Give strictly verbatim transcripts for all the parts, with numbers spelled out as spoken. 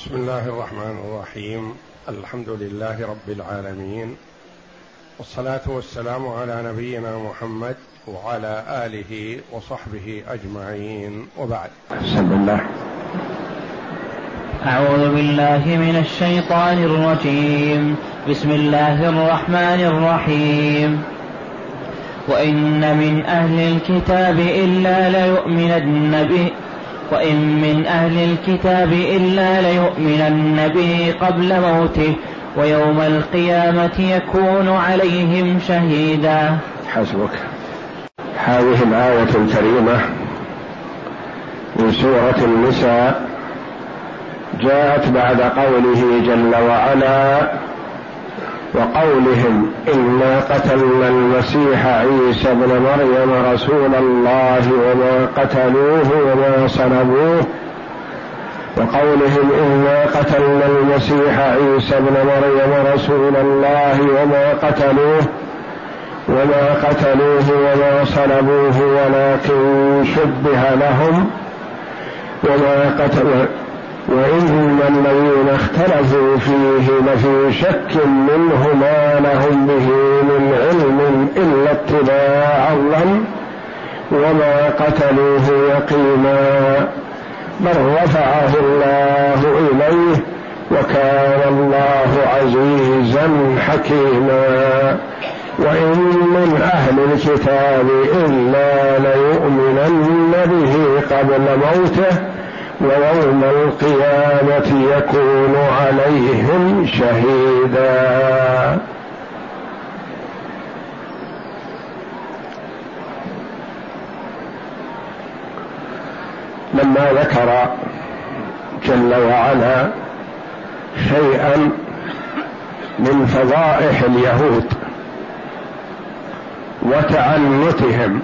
بسم الله الرحمن الرحيم. الحمد لله رب العالمين، والصلاة والسلام على نبينا محمد وعلى آله وصحبه أجمعين، وبعد. بسم الله. أعوذ بالله من الشيطان الرجيم. بسم الله الرحمن الرحيم. وإن من أهل الكتاب إلا ليؤمنن به وإن من أهل الكتاب إلا ليؤمنن به قبل موته ويوم القيامة يكون عليهم شهيدا. حسبك. هذه الآية الكريمة من سورة النساء جاءت بعد قوله جل وعلا: وقولهم إنا قتلنا المسيح عيسى ابن مريم رسول الله وما قتلوه وما صلبوه وقولهم إنا قتلنا المسيح عيسى ابن مريم رسول الله وما قتلوه وما قتلوه وما صلبوه ولكن شبه لهم وما قتلوه وإن الذين اختلفوا فيه لفي شك منه ما لهم به من علم إلا اتباع الظن وما قتلوه يقينا بل رفعه الله إليه وكان الله عزيزا حكيما. وإن من أهل الكتاب إلا ليؤمنن به قبل موته ويوم القيامة يكون عليهم شهيدا. لما ذكر جل وعلا شيئا من فضائح اليهود وتعنتهم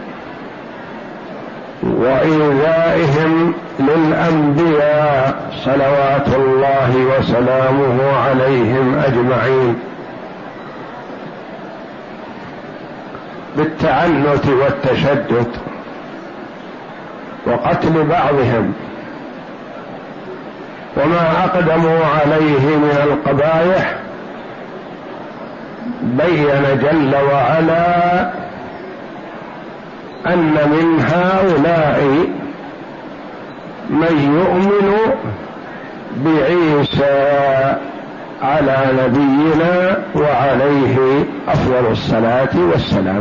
وإيذائهم للأنبياء صلوات الله وسلامه عليهم أجمعين بالتعنت والتشدد وقتل بعضهم وما أقدموا عليه من القبائح، بين جل وعلا أن من هؤلاء من يؤمن بعيسى على نبينا وعليه أفضل الصلاة والسلام.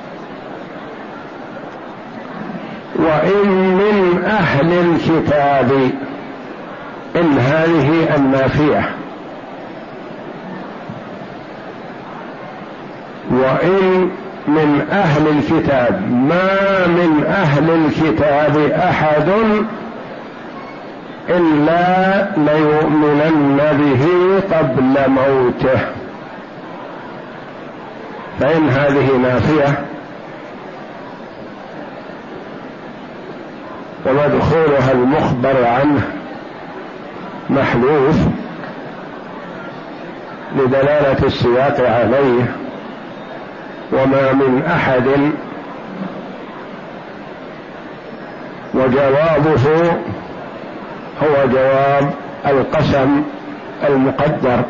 وإن من أهل الكتاب، إن هذه النافية، وإن من أهل الكتاب ما من أهل الكتاب أحد إلا ليؤمنن به قبل موته. فإن هذه نافية ومدخولها المخبر عنه محذوف لدلالة السياق عليه. وما من أحد وجوابه هو جواب القسم المقدر،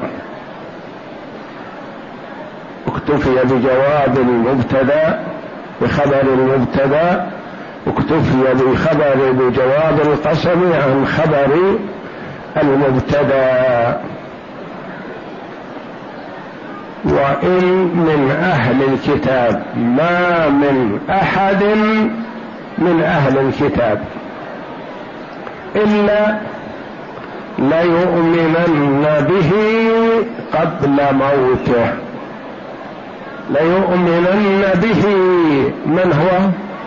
اكتفي بجواب المبتدأ بخبر المبتدأ، اكتفي بخبر بجواب القسم عن خبر المبتدأ. وإن من أهل الكتاب ما من أحد من أهل الكتاب إلا ليؤمنن به قبل موته. ليؤمنن به من هو؟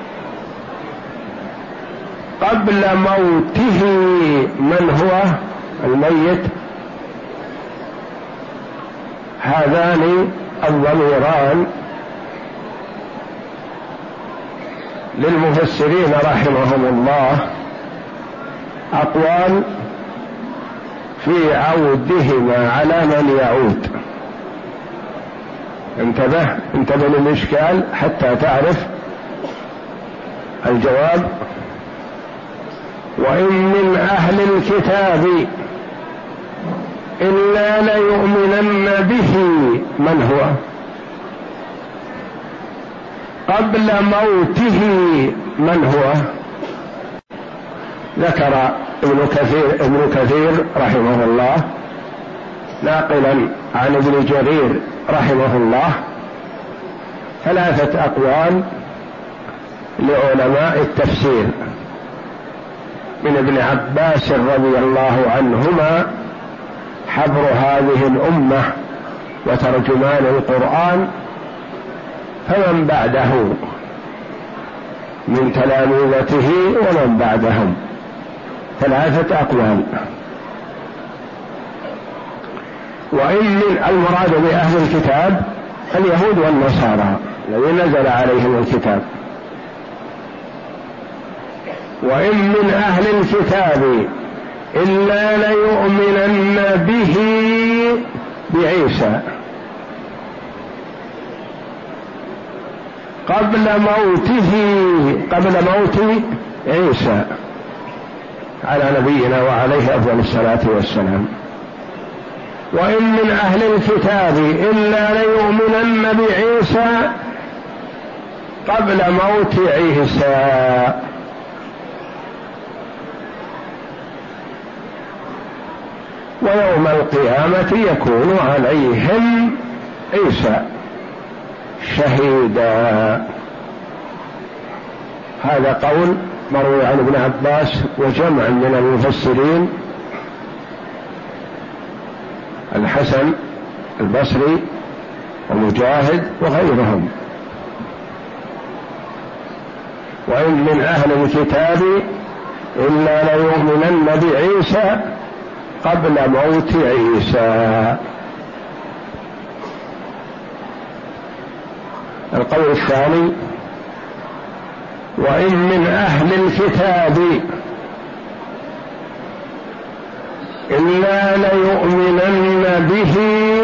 قبل موته من هو؟ الميت. هذان الضميران للمفسرين رحمهم الله أقوال في عودهما على من يعود. انتبه انتبه للإشكال حتى تعرف الجواب. وإن من أهل الكتاب إلا ليؤمنن به. من هو؟ قبل موته. من هو؟ ذكر ابن كثير ابن كثير رحمه الله ناقلا عن ابن جرير رحمه الله ثلاثة أقوال لعلماء التفسير، من ابن عباس رضي الله عنهما حبر هذه الأمة وترجمان القرآن، فمن بعده من تلامذته ومن بعدهم، ثلاثة أقوال. وإن من المراد بأهل الكتاب اليهود والنصارى الذين نزل عليهم الكتاب. وإن من أهل الكتاب إلا ليؤمنن به بعيسى قبل موته، قبل موت عيسى على نبينا وعليه أفضل الصلاة والسلام. وإن من أهل الكتاب إلا ليؤمنن بعيسى قبل موت عيسى. ويوم القيامة يكون عليهم عيسى شهيدا. هذا قول مروي عن ابن عباس وجمع من المفسرين، الحسن البصري ومجاهد وغيرهم. وإن من أهل الكتاب إلا ليؤمنن بعيسى قبل موت عيسى. القول الثاني: وإن من أهل الكتاب إلا ليؤمنن به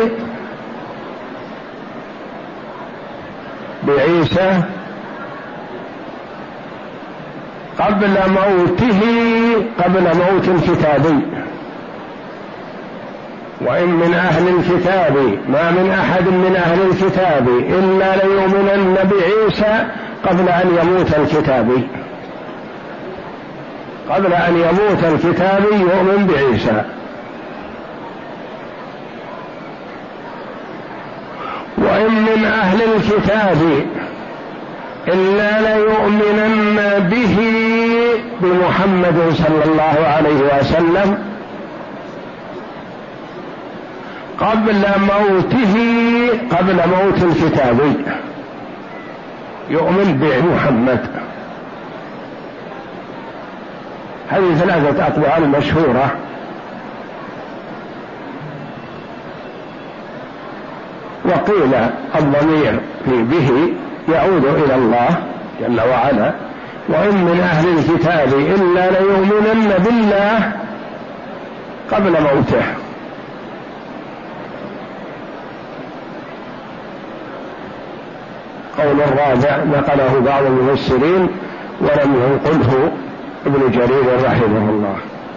بعيسى قبل موته، قبل موت الكتابي. وإن من أهل الكتاب، ما من أحد من أهل الكتاب إلا ليؤمنن بعيسى قبل أن يموت الكتابي، قبل أن يموت الكتابي يؤمن بعيسى. وإن من أهل الكتاب إلا ليؤمنن به بمحمد صلى الله عليه وسلم قبل موته، قبل موت الكتابي يؤمن بمحمد. هذه ثلاثة أقوال مشهورة. وقيل الضمير في به يعود إلى الله جل وعلا. وإن من أهل الكتاب إلا ليؤمنن بالله قبل موته. قول الرابع نقله بعض المفسرين ولم ينقله ابن جرير رحمه الله.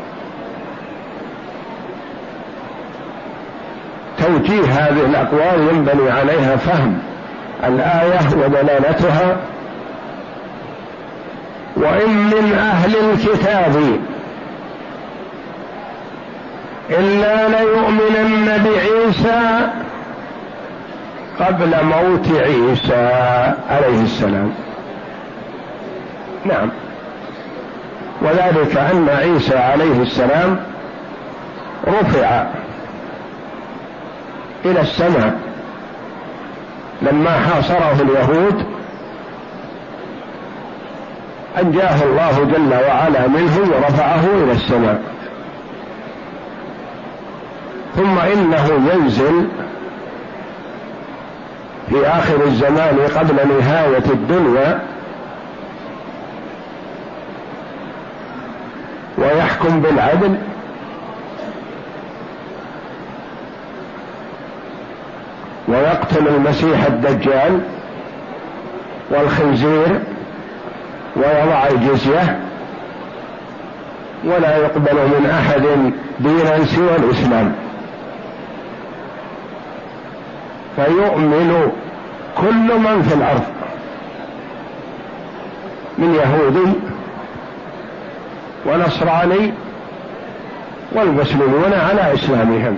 توجيه هذه الأقوال ينبني عليها فهم الآية ودلالتها. وإن من أهل الكتاب إلا ليؤمنن بعيسى قبل موت عيسى عليه السلام. نعم، وذلك أن عيسى عليه السلام رفع إلى السماء لما حاصره اليهود، أنجاه الله جل وعلا منهم ورفعه إلى السماء. ثم إنه ينزل في آخر الزمان قبل نهاية الدنيا ويحكم بالعدل ويقتل المسيح الدجال والخنزير ويضع الجزية، ولا يقبل من أحد دينا سوى الإسلام. فيؤمن كل من في الأرض من يهودي ونصراني والمسلمون على إسلامهم،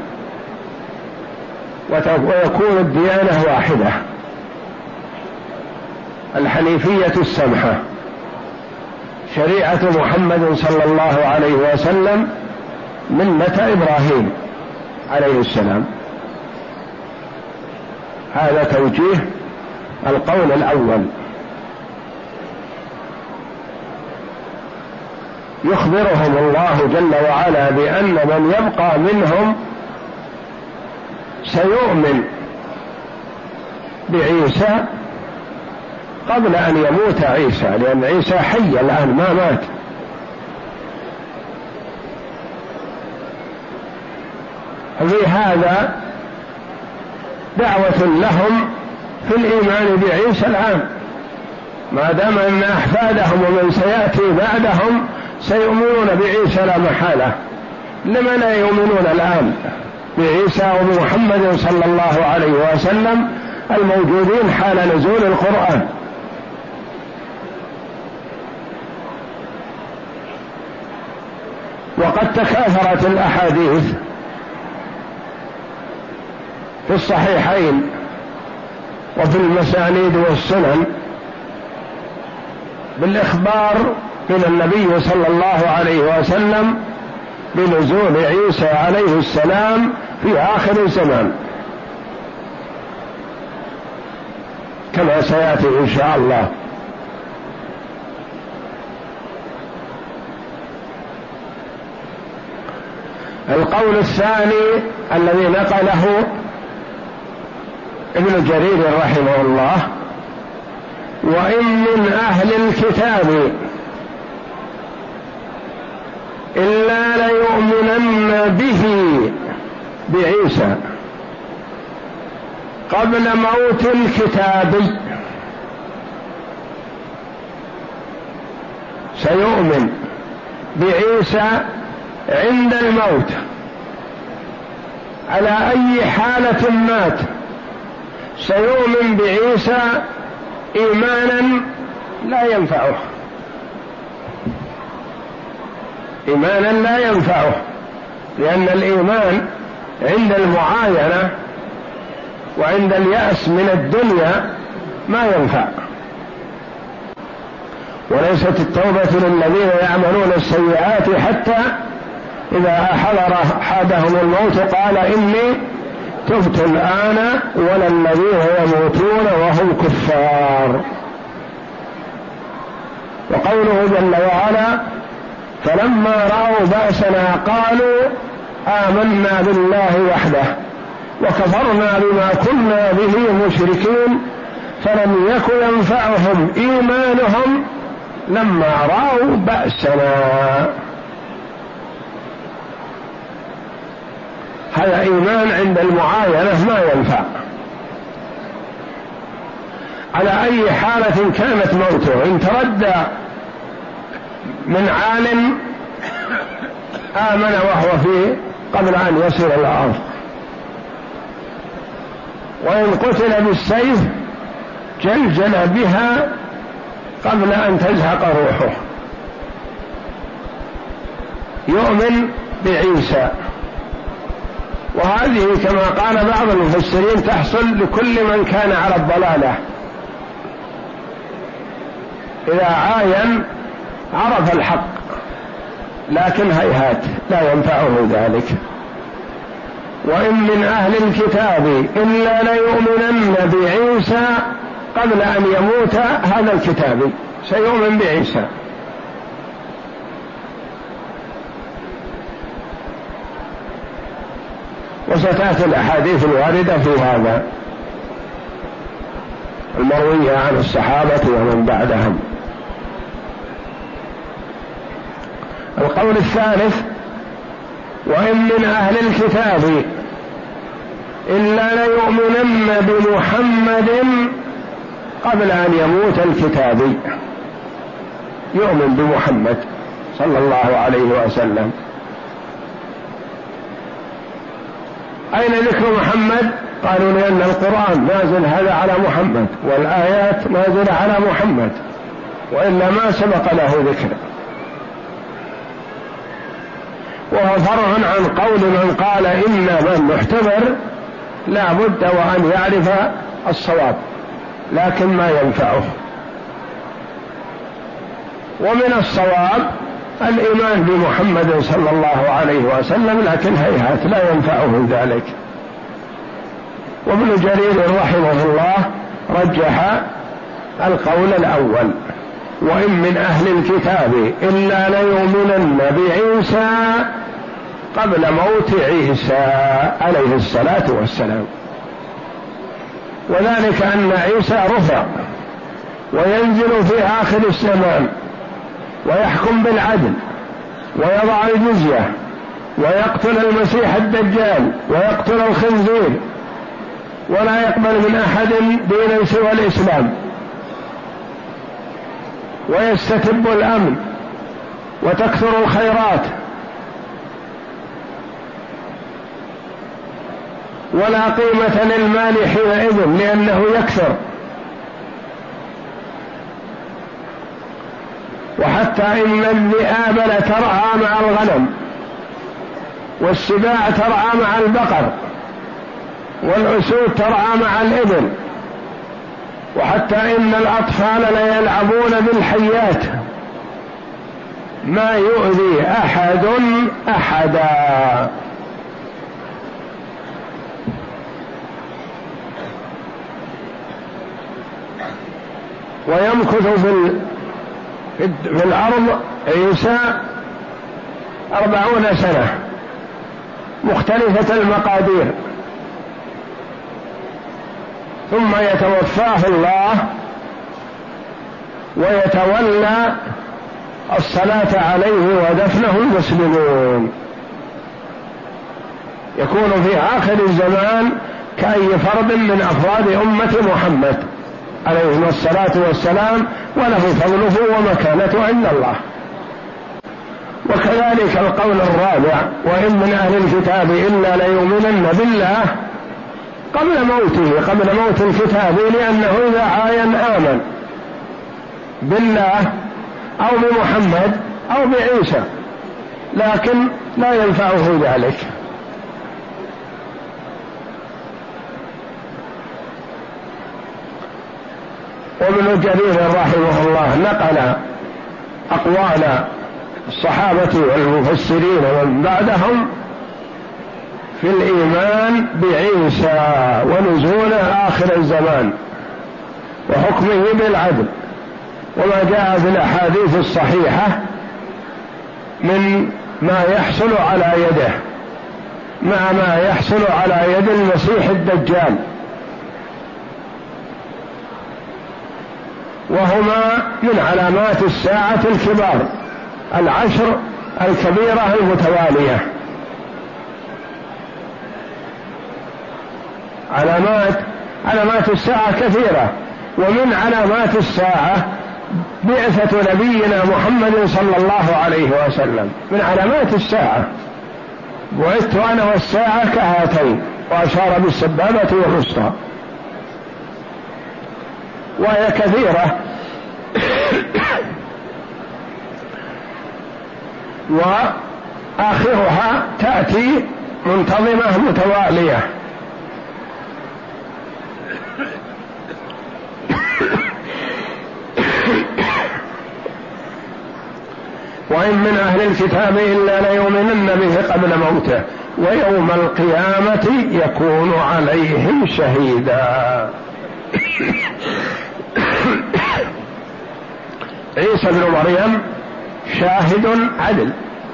ويكون الديانة واحدة، الحنيفية السمحة، شريعة محمد صلى الله عليه وسلم، ملة إبراهيم عليه السلام. هذا توجيه القول الأول. يخبرهم الله جل وعلا بأن من يبقى منهم سيؤمن بعيسى قبل أن يموت عيسى، لأن عيسى حي الآن ما مات. ففي هذا دعوة لهم في الإيمان بعيسى الآن، ما دام أن أحفادهم ومن سيأتي بعدهم سيؤمنون بعيسى لا محالة. لما لا يؤمنون الآن بعيسى وبمحمد صلى الله عليه وسلم الموجودين حال نزول القرآن؟ وقد تكاثرت الأحاديث في الصحيحين وفي المسانيد والسنن بالإخبار من النبي صلى الله عليه وسلم بنزول عيسى عليه السلام في آخر الزمان، كما سيأتي إن شاء الله. القول الثاني الذي نقله ابن جرير رحمه الله: وإن من أهل الكتاب إلا ليؤمنن به بعيسى قبل موت الكتاب. سيؤمن بعيسى عند الموت على أي حالة مات، سيؤمن بعيسى إيمانا لا ينفعه، إيمانا لا ينفعه، لأن الإيمان عند المعاينة وعند اليأس من الدنيا ما ينفع. وليست التوبة للذين يعملون السيئات حتى إذا حضر أحدهم الموت قال إني تبت الآن، ولا الذين يموتون وهم كفار. وقوله جل وعلا: فلما رأوا بأسنا قالوا آمنا بالله وحده وكفرنا بما كنا به مشركين فلم يكن ينفعهم إيمانهم لما رأوا بأسنا. هذا إيمان عند المعاينة ما ينفع على أي حالة كانت موته. إن تردى من عالم آمن وهو فيه قبل أن يصل الأرض، وإن قتل بالسيف جلجل بها قبل أن تزهق روحه. يؤمن بعيسى، وهذه كما قال بعض المفسرين تحصل لكل من كان على الضلالة، إذا عاين عرف الحق، لكن هيهات لا ينفعه ذلك. وإن من أهل الكتاب إلا ليؤمنن بعيسى قبل أن يموت هذا الكتاب، سيؤمن بعيسى. وستأتي الأحاديث الواردة في هذا المروية عن الصحابة ومن بعدهم. القول الثالث: وإن من أهل الكتاب إلا ليؤمنن بمحمد قبل أن يموت الكتابي. يؤمن بمحمد صلى الله عليه وسلم. أين ذكر محمد؟ قالوا لأن القرآن نازل هذا على محمد والآيات نازلة على محمد، وإلا ما سبق له ذكر. وهو فرع عن قول من قال إن من محتبر لا بد وأن يعرف الصواب لكن ما ينفعه. ومن الصواب الإيمان بمحمد صلى الله عليه وسلم، لكن هيهات لا ينفعه ذلك. وابن جرير رحمه الله رجح القول الأول: وإن من أهل الكتاب إلا ليؤمنن بعيسى قبل موت عيسى عليه الصلاة والسلام. وذلك أن عيسى رفع وينزل في آخر الزمان ويحكم بالعدل ويضع الجزية ويقتل المسيح الدجال ويقتل الخنزير ولا يقبل من أحد دينا سوى الإسلام ويستتب الأمن وتكثر الخيرات ولا قيمة للمال حينئذ لأنه يكثر، وحتى إن الذئاب لترعى مع الغنم والسباع ترعى مع البقر والأسود ترعى مع الإبل، وحتى إن الأطفال ليلعبون بالحيات ما يؤذي أحد أحدا. ويمكث في في الأرض عيسى أربعون سنة مختلفة المقادير، ثم يتوفاه الله ويتولى الصلاة عليه ودفنه المسلمون. يكون في آخر الزمان كأي فرد من أفراد أمة محمد عليه الصلاة والسلام، وله فضله ومكانته عند الله. وكذلك القول الرابع: وإن من أهل الكتاب إلا ليؤمنن بالله قبل موته، قبل موت الكتاب، لأنه إذا عاين آمن بالله أو بمحمد أو بعيسى، لكن لا ينفعه ذلك. وابن جرير رحمه الله نقل أقوال الصحابة والمفسرين ومن بعدهم في الإيمان بعيسى ونزول آخر الزمان وحكمه بالعدل، وما جاء في الأحاديث الصحيحة من ما يحصل على يده مع ما يحصل على يد المسيح الدجال، وهما من علامات الساعة الكبار العشر الكبيرة المتوالية. علامات علامات الساعة كثيرة، ومن علامات الساعة بعثة نبينا محمد صلى الله عليه وسلم، من علامات الساعة: بعثت أنا والساعة كهاتين، وأشار بالسبابة والوسطى، وهي كثيرة. وآخرها تأتي منتظمة متوالية. وإن من أهل الكتاب إلا ليؤمنن به قبل موته ويوم القيامة يكون عليهم شهيدا. عيسى بن مريم شاهد عدل،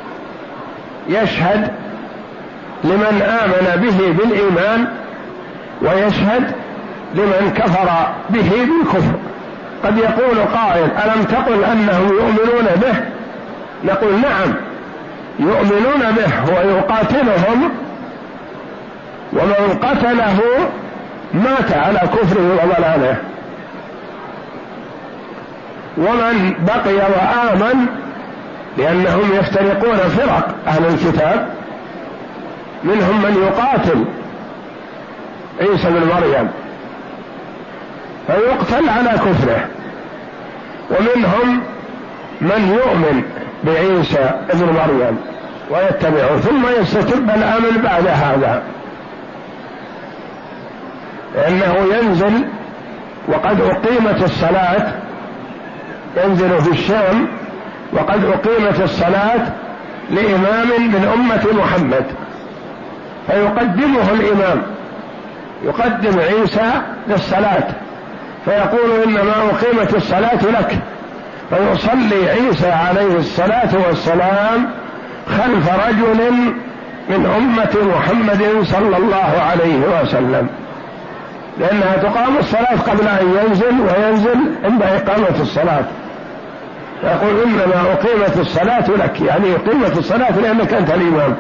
يشهد لمن آمن به بالإيمان ويشهد لمن كفر به بالكفر. قد يقول قائل: ألم تقل أنهم يؤمنون به؟ نقول: نعم، يؤمنون به ويقاتلهم، ومن قتله مات على كفره وضلاله، ومن بقي وآمن، لأنهم يفترقون فرق أهل الكتاب، منهم من يقاتل عيسى بن مريم فيقتل على كفره، ومنهم من يؤمن بعيسى ابن مريم ويتبعه ثم يستتب الأمن بعد هذا، لأنه ينزل وقد أقيمت الصلاة، ينزل في الشام وقد أقيمت الصلاة لإمام من أمة محمد فيقدمه الإمام، يقدم عيسى للصلاة فيقول إنما أقيمت الصلاة لك، فيصلي عيسى عليه الصلاة والسلام خلف رجل من أمة محمد صلى الله عليه وسلم، لأنها تقام الصلاة قبل أن ينزل وينزل عند إقامة الصلاة، فيقول إنما أقيمت الصلاة لك، يعني أقيمت الصلاة لأنك أنت الإمام.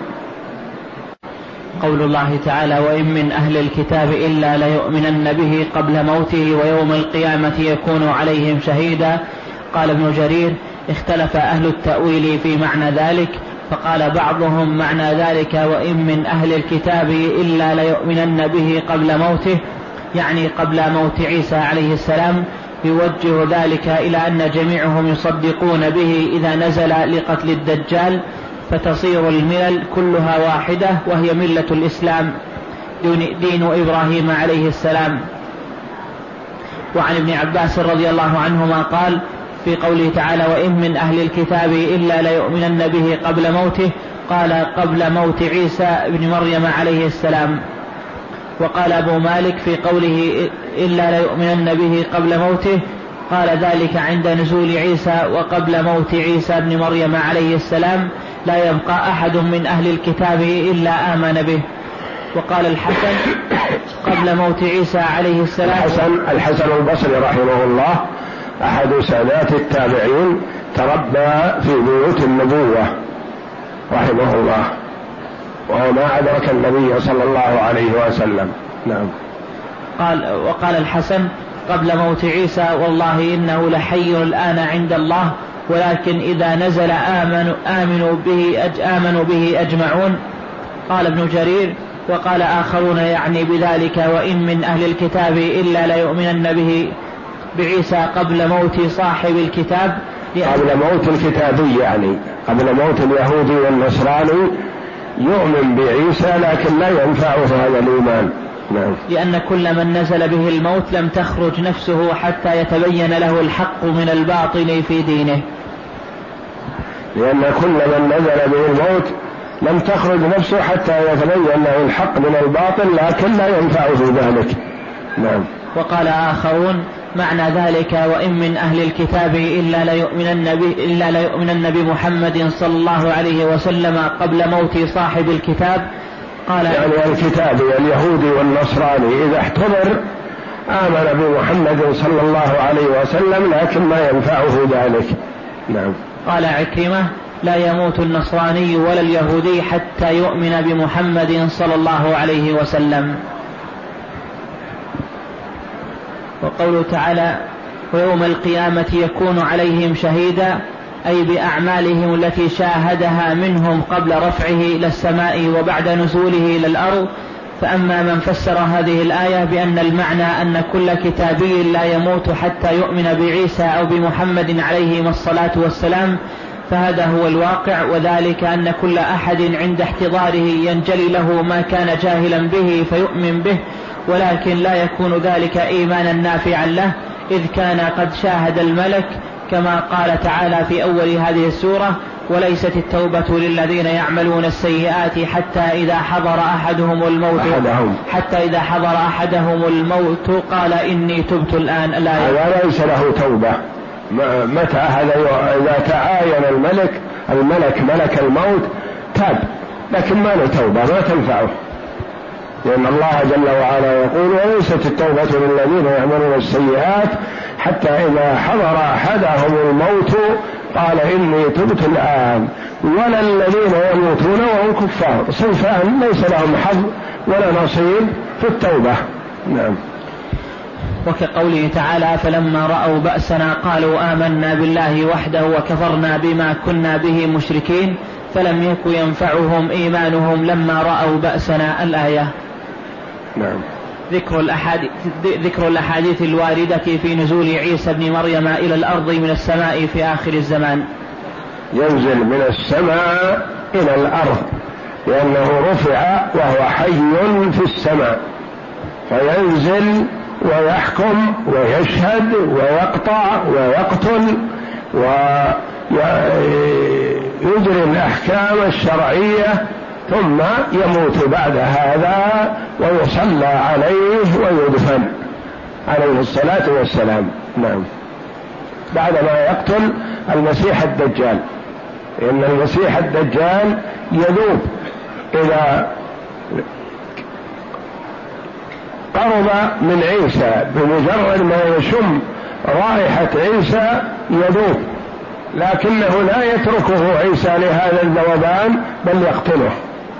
قول الله تعالى: وإن من أهل الكتاب إلا ليؤمنن به قبل موته ويوم القيامة يكون عليهم شهيدا. قال ابن جرير: اختلف أهل التأويل في معنى ذلك، فقال بعضهم معنى ذلك وإن من أهل الكتاب إلا ليؤمنن به قبل موته، يعني قبل موت عيسى عليه السلام، يوجه ذلك إلى أن جميعهم يصدقون به إذا نزل لقتل الدجال، فتصير الملل كلها واحدة وهي ملة الإسلام دين إبراهيم عليه السلام. وعن ابن عباس رضي الله عنهما قال في قوله تعالى: وإن من أهل الكتاب إلا ليؤمنن به قبل موته، قال قبل موت عيسى بن مريم عليه السلام. وقال أبو مالك في قوله إلا ليؤمنن به قبل موته، قال ذلك عند نزول عيسى وقبل موت عيسى بن مريم عليه السلام لا يبقى أحد من أهل الكتاب إلا آمن به. وقال الحسن قبل موت عيسى عليه السلام. الحسن, الحسن البصري رحمه الله أحد سادات التابعين، تربى في بيوت النبوة رحمه الله، وهو ما أدرك النبي صلى الله عليه وسلم. نعم. قال وقال الحسن قبل موت عيسى: والله إنه لحي الآن عند الله، ولكن إذا نزل آمنوا, آمنوا, به, أج آمنوا به أجمعون. قال ابن جرير: وقال آخرون يعني بذلك وإن من أهل الكتاب إلا ليؤمنن به بعيسى قبل موت صاحب الكتاب، قبل موت الكتابي، يعني قبل موت اليهودي والنصراني يؤمن بعيسى لكن لا ينفعه هذا الإيمان. نعم. لأن كل من نزل به الموت لم تخرج نفسه حتى يتبين له الحق من الباطل في دينه. لأن كل من نزل به الموت لم تخرج نفسه حتى يتبين له الحق من الباطل، لكن لا ينفعه ذلك. نعم. وقال آخرون معنى ذلك وإن من أهل الكتاب إلا ليؤمنن به إلا ليؤمنن بمحمد صلى الله عليه وسلم قبل موت صاحب الكتاب. قال يعني الكتاب اليهودي والنصراني إذا احتضر آمن بمحمد صلى الله عليه وسلم لكن ما ينفعه ذلك. نعم. قال عكرمة: لا يموت النصراني ولا اليهودي حتى يؤمن بمحمد صلى الله عليه وسلم. وقوله تعالى: ويوم القيامة يكون عليهم شهيدا، أي بأعمالهم التي شاهدها منهم قبل رفعه إلى السماء وبعد نزوله إلى الأرض. فأما من فسر هذه الآية بأن المعنى أن كل كتابي لا يموت حتى يؤمن بعيسى أو بمحمد عليهم الصلاة والسلام، فهذا هو الواقع، وذلك أن كل أحد عند احتضاره ينجلي له ما كان جاهلا به فيؤمن به، ولكن لا يكون ذلك إيمانا نافعا له إذ كان قد شاهد الملك، كما قال تعالى في أول هذه السورة: وليست التوبة للذين يعملون السيئات حتى إذا حضر أحدهم الموت حتى إذا حضر أحدهم الموت قال إني تبت الآن. لا ليس له توبة متى هذا إذا تعاين الملك الملك ملك الموت تاب، لكن ما له توبة ما تنفعه، لأن الله جل وعلا يقول: وليست التوبة للذين يعملون السيئات حتى إذا حضر أحدهم الموت قال إني تبت الآن، ولا الذين يموتون وهم كفار صنفان ليس لهم حظ ولا نصيب في التوبة. نعم. وكقوله تعالى: فلما رأوا بأسنا قالوا آمنا بالله وحده وكفرنا بما كنا به مشركين فلم يك ينفعهم إيمانهم لما رأوا بأسنا. الآية. نعم. ذكر الأحاديث, ذكر الأحاديث الواردة في نزول عيسى بن مريم إلى الأرض من السماء في آخر الزمان. ينزل من السماء إلى الأرض لأنه رفع وهو حي في السماء، فينزل ويحكم ويشهد ويقطع ويقتل ويجري الأحكام الشرعية، ثم يموت بعد هذا ويصلى عليه ويدفن عليه الصلاة والسلام. نعم، بعدما يقتل المسيح الدجال، إن المسيح الدجال يذوب إذا قرب من عيسى، بمجرد ما يشم رائحة عيسى يذوب، لكنه لا يتركه عيسى لهذا الذوبان بل يقتله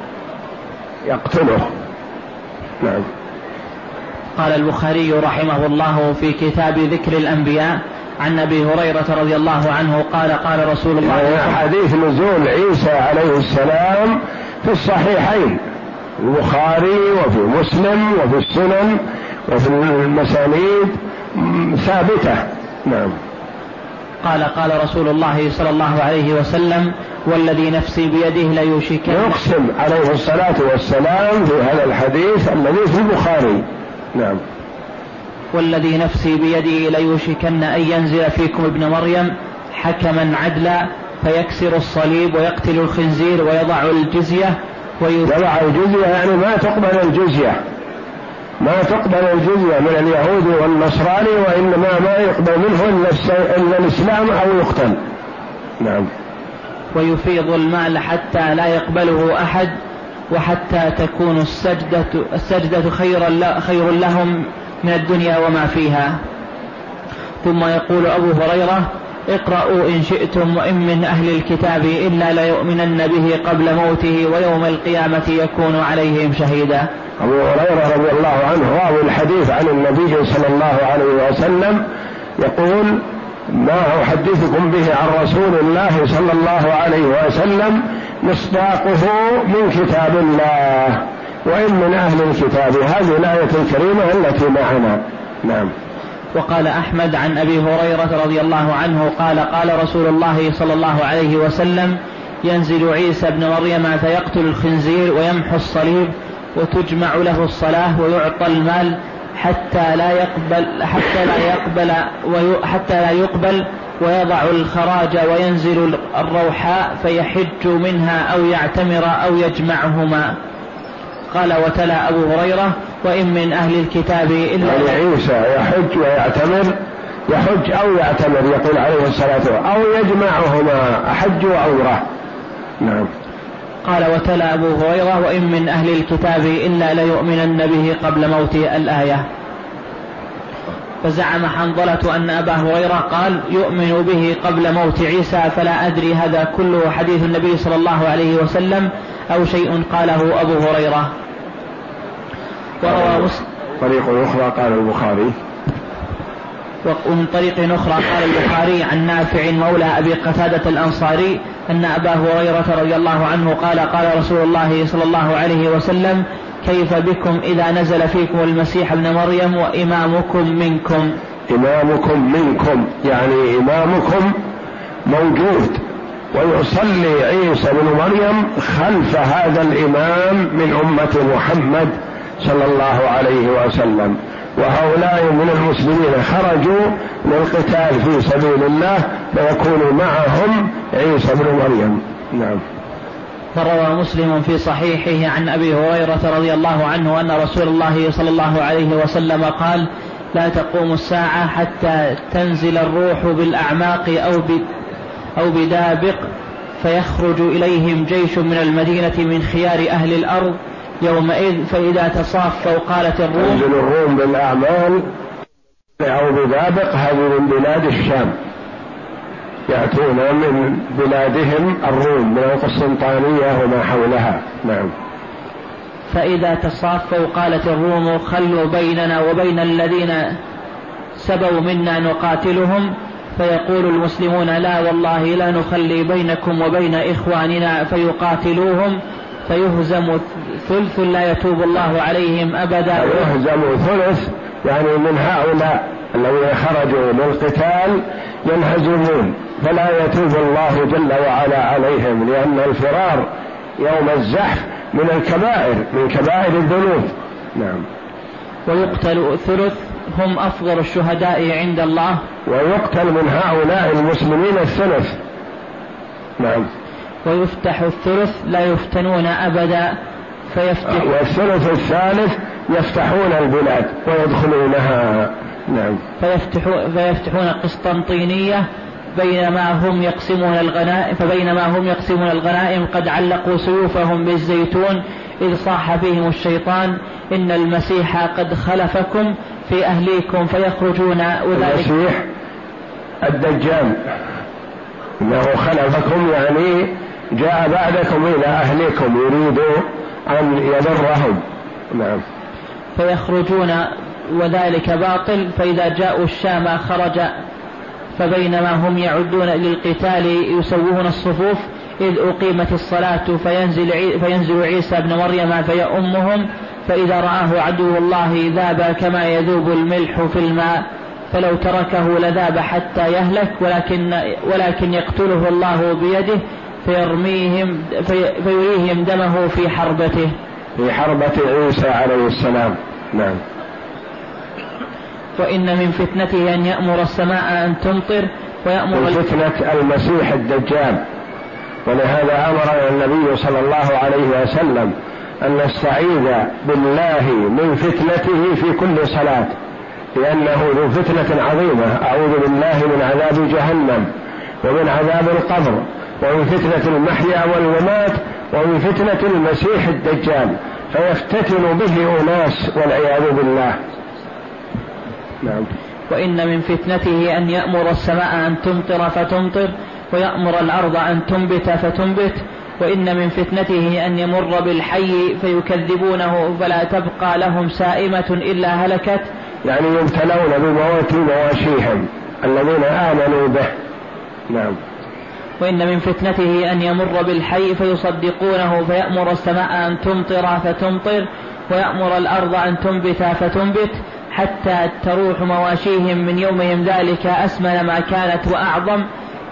يقتله نعم. قال البخاري رحمه الله في كتاب ذكر الأنبياء عن أبي هريرة رضي الله عنه قال قال رسول الله يعني حديث نزول عيسى عليه السلام في الصحيحين، البخاري وفي مسلم وفي السنن وفي المسانيد ثابتة. نعم. قال قال رسول الله صلى الله عليه وسلم والذي نفسي بيده ليوشكن، يقسم عليه الصلاة والسلام في هذا الحديث الذي في البخاري. نعم. والذي نفسي بيده ليوشكن أن ينزل فيكم ابن مريم حكما عدلا فيكسر الصليب ويقتل الخنزير ويضع الجزية يضع الجزية يعني ما تقبل الجزية، ما تقبل الجزية من اليهود والنصراني، وإنما ما يقبل منه إلا الإسلام أو يقتل. نعم. ويفيض المال حتى لا يقبله أحد وحتى تكون السجدة, السجدة خيرا خير لهم من الدنيا وما فيها. ثم يقول أبو هريرة اقرأوا إن شئتم وإن من أهل الكتاب إلا ليؤمنن به قبل موته ويوم القيامة يكون عليهم شهيدا. أبو هريرة رضي الله عنه راوي الحديث عن النبي صلى الله عليه وسلم يقول ما أحدثكم به عن رسول الله صلى الله عليه وسلم مصداقه من كتاب الله وإن من أهل الكتاب، هذه الآية الكريمة التي معنا. نعم. وقال أحمد عن أبي هريرة رضي الله عنه قال قال رسول الله صلى الله عليه وسلم ينزل عيسى بن مريم فيقتل الخنزير ويمحو الصليب وتجمع له الصلاة ويعطى المال حتى لا يقبل حتى لا يقبل حتى لا يقبل ويضع الخراج وينزل الروحاء فيحج منها أو يعتمر أو يجمعهما. قال وتلا أبو هريرة وإن من أهل الكتاب إلا يعني عيسى يحج ويعتمر، يحج أو يعتمر يقول عليه الصلاة والسلام، أو يجمعهما أحج وعمرة. نعم. قال وتلا أبو هريرة وإن من أهل الكتاب إلا ليؤمنن به قبل موته الآية. فزعم حنظلة أن أبا هريرة قال يؤمن به قبل موت عيسى، فلا أدري هذا كله حديث النبي صلى الله عليه وسلم أو شيء قاله أبو هريرة. وروى طريق أخرى قال البخاري ومن طريق أخرى قال البخاري عن نافع مولى أبي قتادة الأنصاري أن أبا هريرة رضي الله عنه قال قال رسول الله صلى الله عليه وسلم كيف بكم إذا نزل فيكم المسيح ابن مريم وإمامكم منكم. إمامكم منكم يعني إمامكم موجود، ويصلي عيسى بن مريم خلف هذا الإمام من أمة محمد صلى الله عليه وسلم، وهؤلاء من المسلمين خرجوا للقتال في سبيل الله فيكون معهم عيسى بن مريم. نعم. فروى مسلم في صحيحه عن أبي هريرة رضي الله عنه أن رسول الله صلى الله عليه وسلم قال لا تقوم الساعة حتى تنزل الروح بالأعماق أو أو بدابق فيخرج إليهم جيش من المدينة من خيار أهل الأرض يومئذ فإذا تصافوا قالت الروم. تنزل الروم بالأعمال أو بدابق، هذه من بلاد الشام، يأتون من بلادهم الروم من القسطنطينية وما حولها. نعم. فإذا تصافوا قالت الروم خلوا بيننا وبين الذين سبوا منا نقاتلهم، فيقول المسلمون لا والله لا نخلي بينكم وبين إخواننا فيقاتلوهم، فيهزم ثلث لا يتوب الله عليهم أبدا. يهزم ثلث يعني من هؤلاء الذين خرجوا للقتال ينهزمون فلا يتوب الله جل وعلا عليهم، لأن الفرار يوم الزحف من الكبائر من كبائر الذنوب. نعم. ويقتل ثلث هم أفضل الشهداء عند الله. ويقتل من هؤلاء المسلمين الثلث. نعم. ويفتح الثلث لا يفتنون أبدا فيفتح. والثلث الثالث يفتحون البلاد ويدخلونها. نعم. فيفتحون, فيفتحون قسطنطينية بينما هم يقسمون الغنائم فبينما هم يقسمون الغنائم قد علقوا سيوفهم بالزيتون إذ صاح بهم الشيطان إن المسيح قد خلفكم في أهليكم فيخرجون. وذلك المسيح الدجال إنه خلفكم يعني جاء بعدكم إلى أهليكم يريد أن يضرهم. نعم. فيخرجون وذلك باطل. فإذا جاءوا الشام خرج فبينما هم يعدون للقتال يسوون الصفوف إذ أقيمت الصلاة فينزل, عي فينزل عيسى ابن مريم فيأمهم فإذا رآه عدو الله ذاب كما يذوب الملح في الماء فلو تركه لذاب حتى يهلك ولكن, ولكن يقتله الله بيده فيرميهم في فيريهم دمه في حربته في حربة عيسى عليه السلام. نعم. وإن من فتنته أن يأمر السماء أن تمطر ويأمر فتنة المسيح الدجال. ولهذا أمر النبي صلى الله عليه وسلم أن نستعيذ بالله من فتنته في كل صلاة لأنه ذو فتنة عظيمة. أعوذ بالله من عذاب جهنم ومن عذاب القبر ومن فتنة المحيا والممات ومن فتنة المسيح الدجال فيفتتن به أناس والعياذ بالله. نعم. وإن من فتنته أن يأمر السماء أن تمطر فتمطر ويأمر الأرض أن تنبت فتنبت. وإن من فتنته أن يمر بالحي فيكذبونه فلا تبقى لهم سائمة إلا هلكت يعني يبتلون بموت مواشيهم الذين آمنوا به. نعم. وإن من فتنته أن يمر بالحي فيصدقونه فيأمر السماء أن تمطر فتمطر ويأمر الأرض أن تنبت فتنبت حتى تروح مواشيهم من يومهم ذلك أسمن ما كانت وأعظم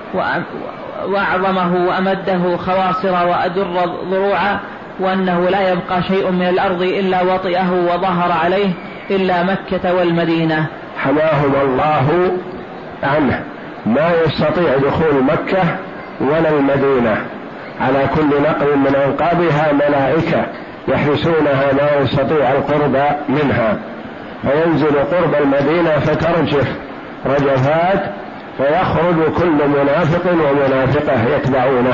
وأعظمه وأمده خواصر وأدر ضروعا وأنه لا يبقى شيء من الأرض إلا وطئه وظهر عليه إلا مكة والمدينة. حماهم الله عنه ما يستطيع دخول مكة ولا المدينة. على كل نقل من أنقابها ملائكة يحرسونها ما يستطيع القرب منها فينزل قرب المدينة فترجف رجفات فيخرج كل منافق ومنافقة يتبعونه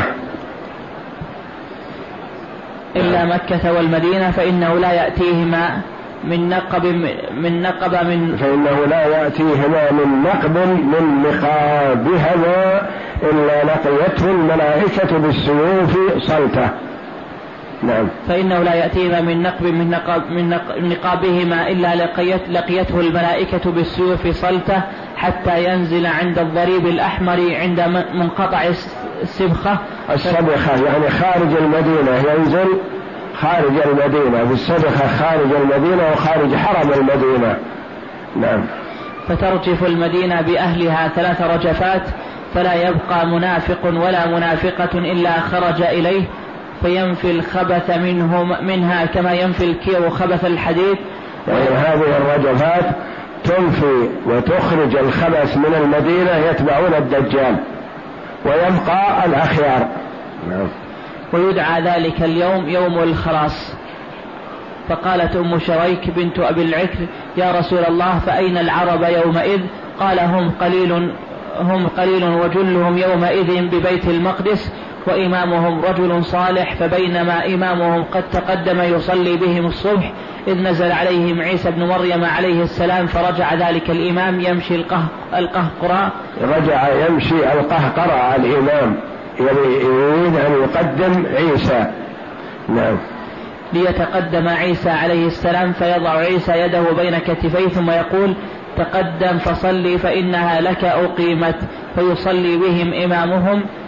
إلا مكة والمدينة فإنه لا يأتيهما من نقب من نقب من فإنه لا يأتيهما من نقب من نقابهما إلا لقيته الملائكة بالسيوف صلته. نعم. فإنه لا يأتيهما من نقب من, نقب من نقابهما إلا لقيت لقيته الملائكة بالسيوف صلته حتى ينزل عند الضريب الأحمر عند منقطع السبخة. السبخة يعني خارج المدينة ينزل خارج المدينة بالسبخة خارج المدينة وخارج حرم المدينة. نعم. فترجف المدينة بأهلها ثلاث رجفات فلا يبقى منافق ولا منافقة إلا خرج إليه فينفي الخبث منهم منها كما ينفي الكير خبث الحديد. وهذه الرجفات تنفي وتخرج الخبث من المدينة يتبعون الدجال ويبقى الأخيار. نعم. ويدعى ذلك اليوم يوم الخلاص. فقالت أم شريك بنت أبي العكر يا رسول الله فأين العرب يومئذ؟ قال هم قليل هم قليل وجلهم يومئذ ببيت المقدس وإمامهم رجل صالح فبينما إمامهم قد تقدم يصلي بهم الصبح إذ نزل عليهم عيسى بن مريم عليه السلام فرجع ذلك الإمام يمشي القهقراء رجع يمشي القهقراء الإمام يريد أن يقدم عيسى. نعم. ليتقدم عيسى عليه السلام فيضع عيسى يده بين كتفيه ثم يقول تقدم فصلي فإنها لك أقيمت فيصلي بهم إمامهم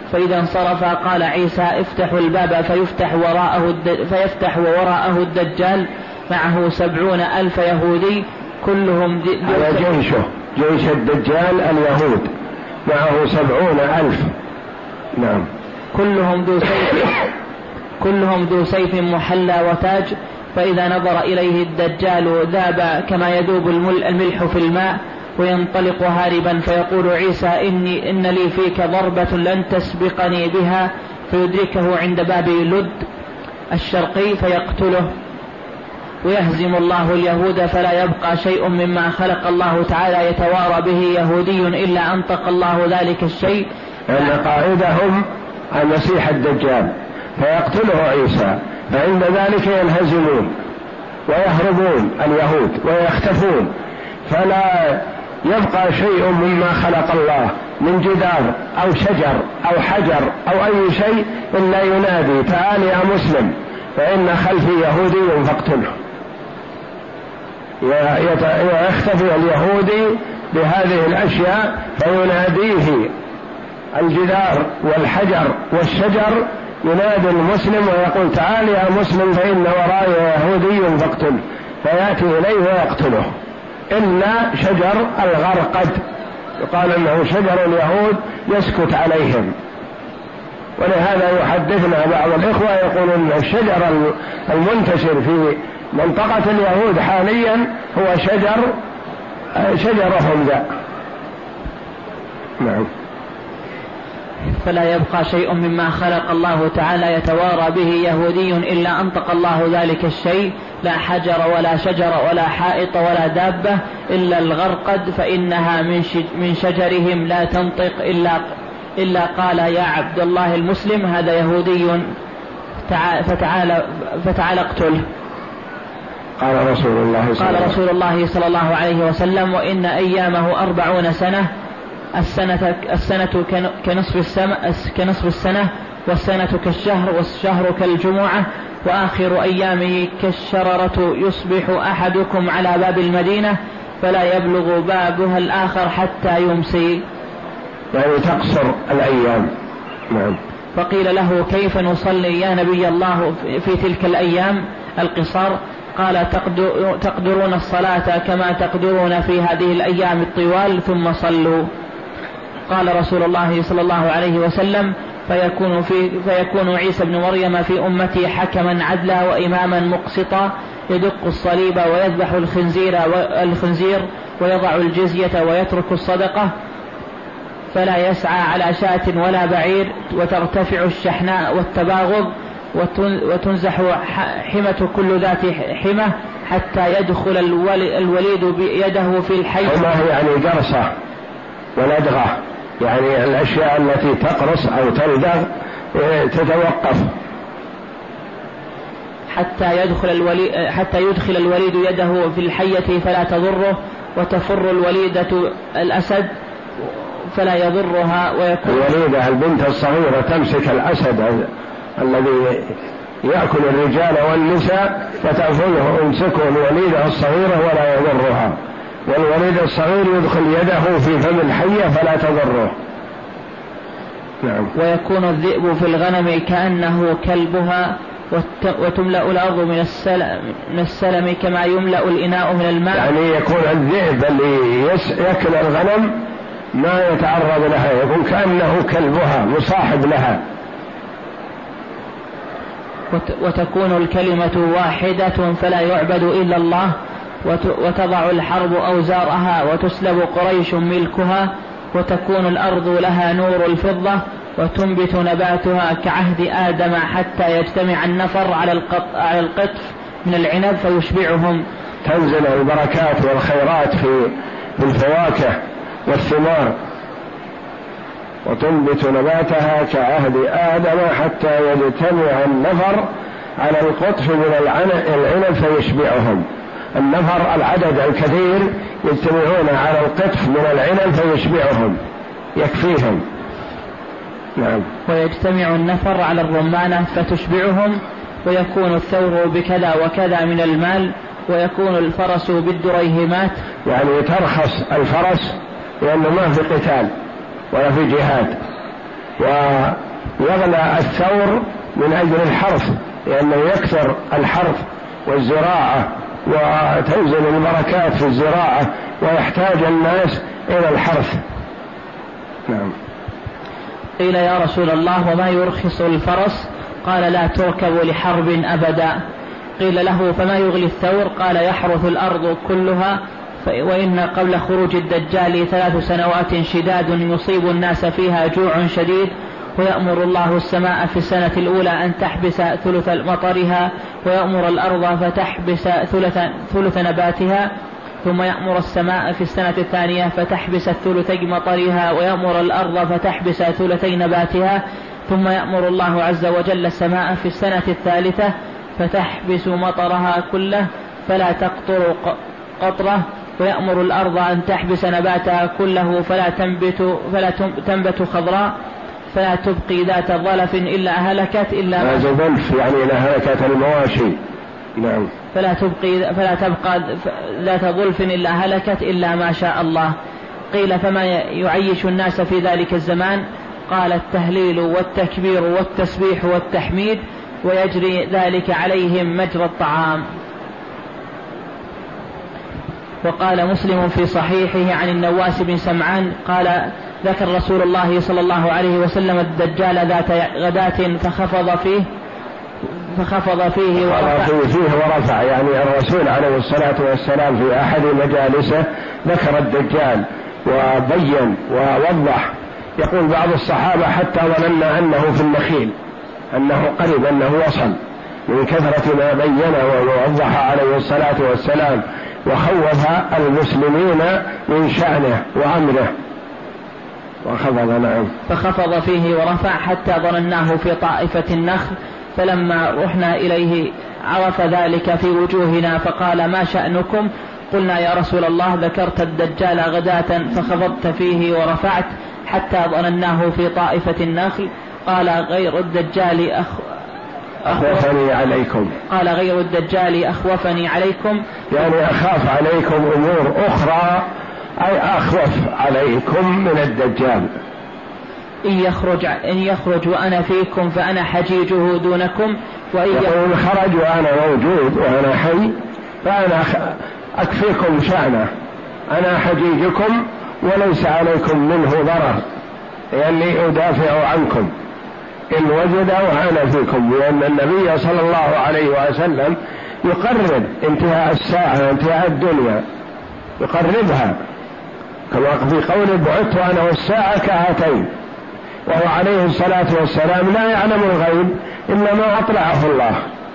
فإذا انصرف قال عيسى افتحوا الباب فيفتح وراءه, فيفتح وراءه الدجال معه سبعون ألف يهودي كلهم على جيشه، جيش الدجال اليهود معه سبعون ألف. نعم. كلهم ذو سيف كلهم ذو سيف محلى وتاج، فإذا نظر إليه الدجال ذاب كما يذوب الملح في الماء وينطلق هاربا، فيقول عيسى إني إن لي فيك ضربة لن تسبقني بها، فيدركه عند باب لد الشرقي فيقتله، ويهزم الله اليهود فلا يبقى شيء مما خلق الله تعالى يتوارى به يهودي إلا أنطق الله ذلك الشيء. أن قائدهم المسيح الدجال فيقتله عيسى، فعند ذلك ينهزمون ويهربون اليهود ويختفون، فلا يبقى شيء مما خلق الله من جدار أو شجر أو حجر أو أي شيء إلا ينادي تعال يا مسلم فإن خلفي يهودي فاقتله. ويختفي اليهودي بهذه الأشياء فيناديه الجدار والحجر والشجر، ينادي المسلم ويقول تعال يا مسلم فإن وراي يهودي فاقتله، فيأتي إليه ويقتله إلا شجر الغرقد، يقال أنه شجر اليهود يسكت عليهم. ولهذا يحدثنا بعض الإخوة يقول أن الشجر المنتشر في منطقة اليهود حاليا هو شجر شجرهم ذا. نعم. فلا يبقى شيء مما خلق الله تعالى يتوارى به يهودي إلا أنطق الله ذلك الشيء، لا حجر ولا شجر ولا حائط ولا دابة إلا الغرقد، فإنها من شجرهم لا تنطق إلا, إلا قال يا عبد الله المسلم هذا يهودي فتعال, فتعال اقتله. قال رسول الله صلى قال رسول الله صلى الله عليه وسلم وإن أيامه أربعون سنة، السنة, السنة كنصف, السنة كنصف السنة، والسنة كالشهر، والشهر كالجمعة، وآخر أيامه كالشررة، يصبح أحدكم على باب المدينة فلا يبلغ بابها الآخر حتى يمسي، يعني تقصر الأيام. نعم. فقيل له كيف نصلي يا نبي الله في تلك الأيام القصار؟ قال تقدرون الصلاة كما تقدرون في هذه الأيام الطوال ثم صلوا. قال رسول الله صلى الله عليه وسلم فيكون, في فيكون عيسى بن مريم في أمتي حكما عدلا وإماما مقسطا، يدق الصليب ويذبح الخنزير, الخنزير ويضع الجزية ويترك الصدقة، فلا يسعى على شاة ولا بعير، وترتفع الشحناء والتباغض، وتنزح حمة كل ذات حمة حتى يدخل الوليد بيده في الحي. حمة يعني قرصة ولدغة، يعني الأشياء التي تقرص أو تلدغ تتوقف. حتى يدخل الوليد حتى يدخل الوليد يده في الحية فلا تضره، وتفر الوليدة الأسد فلا يضرها. ويكون الوليدة البنت الصغيرة تمسك الأسد الذي يأكل الرجال والنساء فتأخذه امسكه الوليدة الصغيرة ولا يضرها، والوليد الصغير يدخل يده في فم الحية فلا تضره. نعم. ويكون الذئب في الغنم كأنه كلبها، وتملأ الأرض من السلم, من السلم كما يملأ الإناء من الماء. يعني يكون الذئب اللي يأكل الغنم ما يتعرض لها، يكون كأنه كلبها مصاحب لها. وتكون الكلمة واحدة فلا يعبد إلا الله، وتضع الحرب أوزارها وتسلب قريش ملكها، وتكون الأرض لها نور الفضة، وتنبت نباتها كعهد آدم حتى يجتمع النفر على القطف من العنب فيشبعهم. تنزل البركات والخيرات في الفواكه والثمار. وتنبت نباتها كعهد آدم حتى يجتمع النفر على القطف من العنب فيشبعهم. النفر العدد الكثير يجتمعون على القطف من العنب فيشبعهم يكفيهم. نعم. ويجتمع النفر على الرمانة فتشبعهم، ويكون الثور بكذا وكذا من المال، ويكون الفرس بالدريهمات. يعني ترخص الفرس لأنه ما في قتال ولا في جهاد، ويغلى الثور من أجل الحرث، لأنه يكثر الحرث والزراعة وتنزل البركات في الزراعة ويحتاج الناس إلى الحرث. نعم. قيل يا رسول الله وما يرخص الفرس؟ قال لا تركب لحرب أبدا. قيل له فما يغلي الثور؟ قال يحرث الأرض كلها، وإن قبل خروج الدجال ثلاث سنوات شداد يصيب الناس فيها جوع شديد، ويأمر الله السماء في السنة الأولى أن تحبس ثلث مطرها، ويأمر الأرض فتحبس ثلث, ثلث نباتها، ثم يأمر السماء في السنة الثانية فتحبس ثلثي مطرها، ويأمر الأرض فتحبس ثلثي نباتها، ثم يأمر الله عز وجل السماء في السنة الثالثة فتحبس مطرها كله فلا تقطر قطرة، ويأمر الأرض أن تحبس نباتها كله فلا تنبت, فلا تنبت خضراء، فلا تبقي ذات ظلف إلا هلكت إلا ما ظلف يعني إلى هلكت المواشي. نعم. فلا تبقي فلا تبقى ذات ظلف إلا هلكت إلا ما شاء الله. قيل فما يعيش الناس في ذلك الزمان؟ قال التهليل والتكبير والتسبيح والتحميد، ويجري ذلك عليهم مجرى الطعام. وقال مسلم في صحيحه عن النواس بن سمعان قال ذكر رسول الله صلى الله عليه وسلم الدجال ذات غداة فخفض فيه فخفض فيه ورفع, فيه ورفع يعني الرسول عليه الصلاة والسلام في أحد مجالسه ذكر الدجال وبين ووضح. يقول بعض الصحابة حتى ظننا أنه في النخيل، أنه قريب، أنه وصل من كثرة ما بين ووضح عليه الصلاة والسلام وخوف المسلمين من شأنه وأمره. وخفض نعم فخفض فيه ورفع حتى ظنناه في طائفة النخل، فلما رحنا إليه عرف ذلك في وجوهنا فقال ما شأنكم؟ قلنا يا رسول الله ذكرت الدجال غداة فخفضت فيه ورفعت حتى ظنناه في طائفة النخل. قال غير الدجال أخ... أخوفني عليكم. قال غير الدجال أخوفني عليكم، يعني أخاف عليكم أمور أخرى، أي أخوف عليكم من الدجال. إن يخرج, إن يخرج وأنا فيكم فأنا حجيجه دونكم، وإن يقول خرج وأنا موجود وأنا حي فأنا أكفيكم شأنه، أنا حجيجكم وليس عليكم منه ضرر، لأني أدافع عنكم إن وجد وأنا فيكم. لأن النبي صلى الله عليه وسلم يقرب انتهاء الساعة انتهاء الدنيا، يقربها كما في قوله بعثت أنا والساعة كهاتين، وهو عليه الصلاة والسلام لا يعلم الغيب إلا ما أطلعه الله.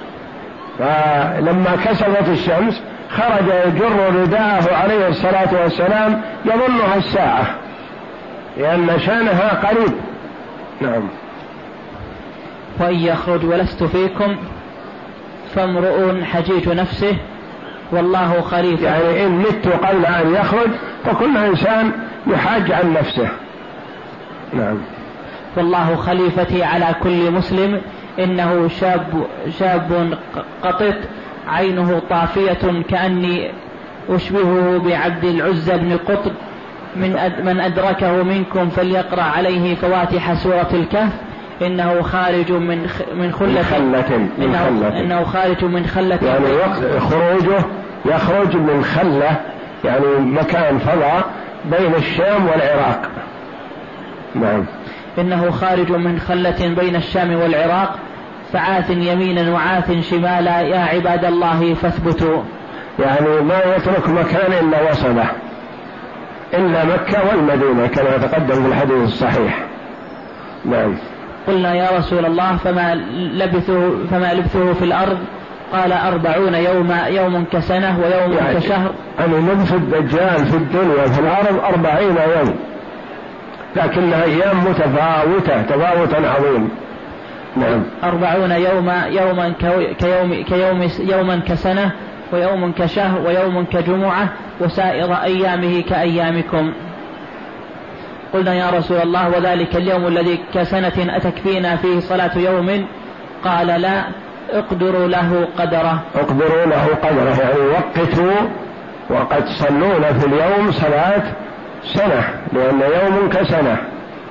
فلما كسفت الشمس خرج يجر رداءه عليه الصلاة والسلام يظنها الساعة لأن شأنها قريب. نعم. وإن يخرج ولست فيكم فامرؤ حجيج نفسه والله خليفة. يعني إن مت قبل أن يخرج فكل إنسان يحاج عن نفسه. نعم. والله خليفتي على كل مسلم، إنه شاب شاب قطط عينه طافية كأني أشبهه بعبد العزى بن قطب، من أد من أدركه منكم فليقرأ عليه فواتح سورة الكهف، إنه خارج من من خلة خلة إنه, إنه خارج من خلة يعني وقت خروجه يخرج من خلة يعني مكان فضاء بين الشام والعراق. نعم. إنه خارج من خلة بين الشام والعراق، فعاث يمينا وعاث شمالا يا عباد الله فاثبتوا. يعني ما يترك مكان إلا وصله، إلا مكة والمدينة كما تقدم في الحديث الصحيح. نعم. قلنا يا رسول الله فما لبثه, فما لبثه في الأرض؟ قال أربعون يوم يوم كسنة ويوم يعني كشهر. يعني لبث الدجال في الدنيا في الأرض أربعين يوم، لكنها أيام متفاوتة تفاوتا عظيم. نعم. أربعون يوم يوما كيوم كيوم يوما كسنة ويوم كشهر ويوم كجمعة وسائر أيامه كأيامكم. قلنا يا رسول الله وذلك اليوم الذي كسنة أتكفينا فيه صلاة يوم؟ قال لا، اقدروا له قدره. اقدروا له قدره يعني وقتوا وقد صلون في اليوم صلاة سنة، لأن يوم كسنة